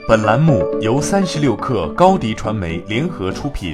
本栏目由36氪高迪传媒联合出品。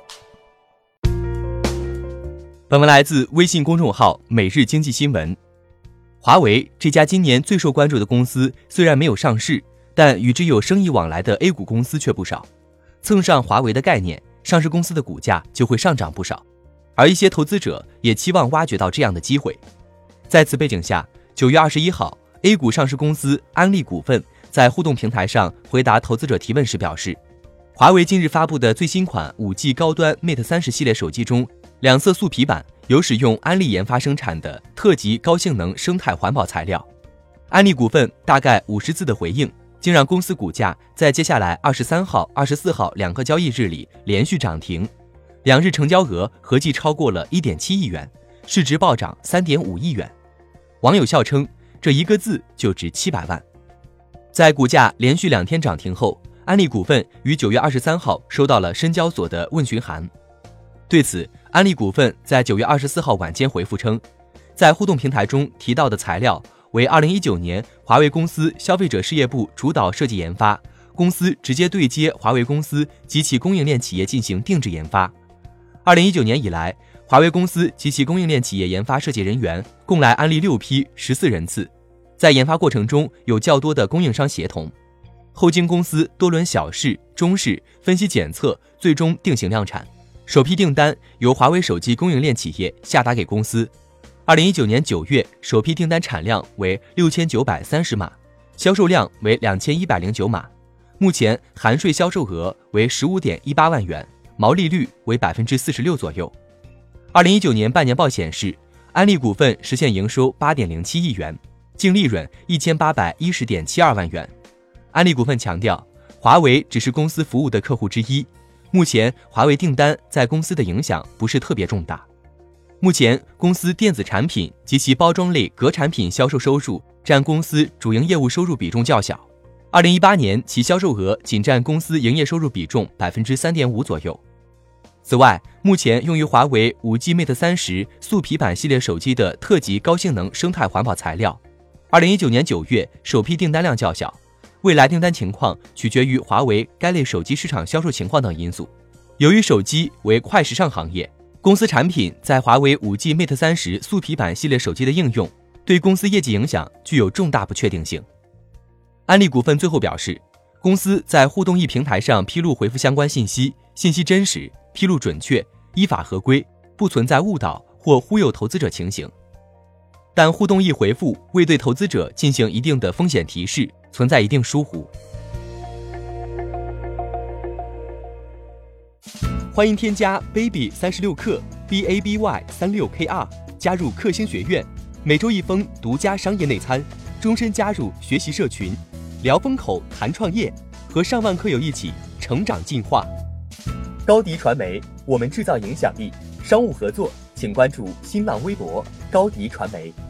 本文来自微信公众号每日经济新闻。华为这家今年最受关注的公司虽然没有上市，但与之有生意往来的 A 股公司却不少。蹭上华为的概念，上市公司的股价就会上涨不少，而一些投资者也期望挖掘到这样的机会。在此背景下，9月21号 A 股上市公司安利股份在互动平台上回答投资者提问时表示，华为近日发布的最新款 5G 高端 Mate 30系列手机中，两色素皮板有使用安利研发生产的特级高性能生态环保材料。安利股份大概50字的回应，竟让公司股价在接下来23号、24号2个交易日里连续涨停，两日成交额合计超过了 1.7 亿元，市值暴涨 3.5 亿元。网友笑称，这一个字就值700万。在股价连续2天涨停后，安利股份于9月23号收到了深交所的问询函。对此，安利股份在9月24号晚间回复称，在互动平台中提到的材料为2019年华为公司消费者事业部主导设计研发，公司直接对接华为公司及其供应链企业进行定制研发。2019年以来，华为公司及其供应链企业研发设计人员共来安利6批14人次，在研发过程中有较多的供应商协同，后经公司多轮小试、中试、分析检测，最终定型量产。首批订单由华为手机供应链企业下达给公司。2019年9月，首批订单产量为6930码，销售量为2109码，目前含税销售额为15.18万元，毛利率为 46% 左右。2019年半年报显示，安利股份实现营收 8.07 亿元，净利润 1810.72 万元。安利股份强调，华为只是公司服务的客户之一，目前华为订单在公司的影响不是特别重大。目前公司电子产品及其包装类革产品销售收入占公司主营业务收入比重较小，2018年其销售额仅占公司营业收入比重 3.5% 左右。此外，目前用于华为 5G Mate 30素皮板系列手机的特级高性能生态环保材料，2019年9月首批订单量较小，未来订单情况取决于华为该类手机市场销售情况等因素。由于手机为快时尚行业，公司产品在华为 5G Mate 30素皮板系列手机的应用，对公司业绩影响具有重大不确定性。安利股份最后表示，公司在互动易平台上披露回复相关信息，信息真实，披露准确，依法合规，不存在误导或忽悠投资者情形。但互动易回复未对投资者进行一定的风险提示，存在一定疏忽。欢迎添加 baby 36克 BABY36KR 加入克星学院，每周1封独家商业内参，终身加入学习社群，聊风口谈创业，和上万课友一起成长进化。高迪传媒，我们制造影响力。商务合作请关注新浪微博高迪传媒。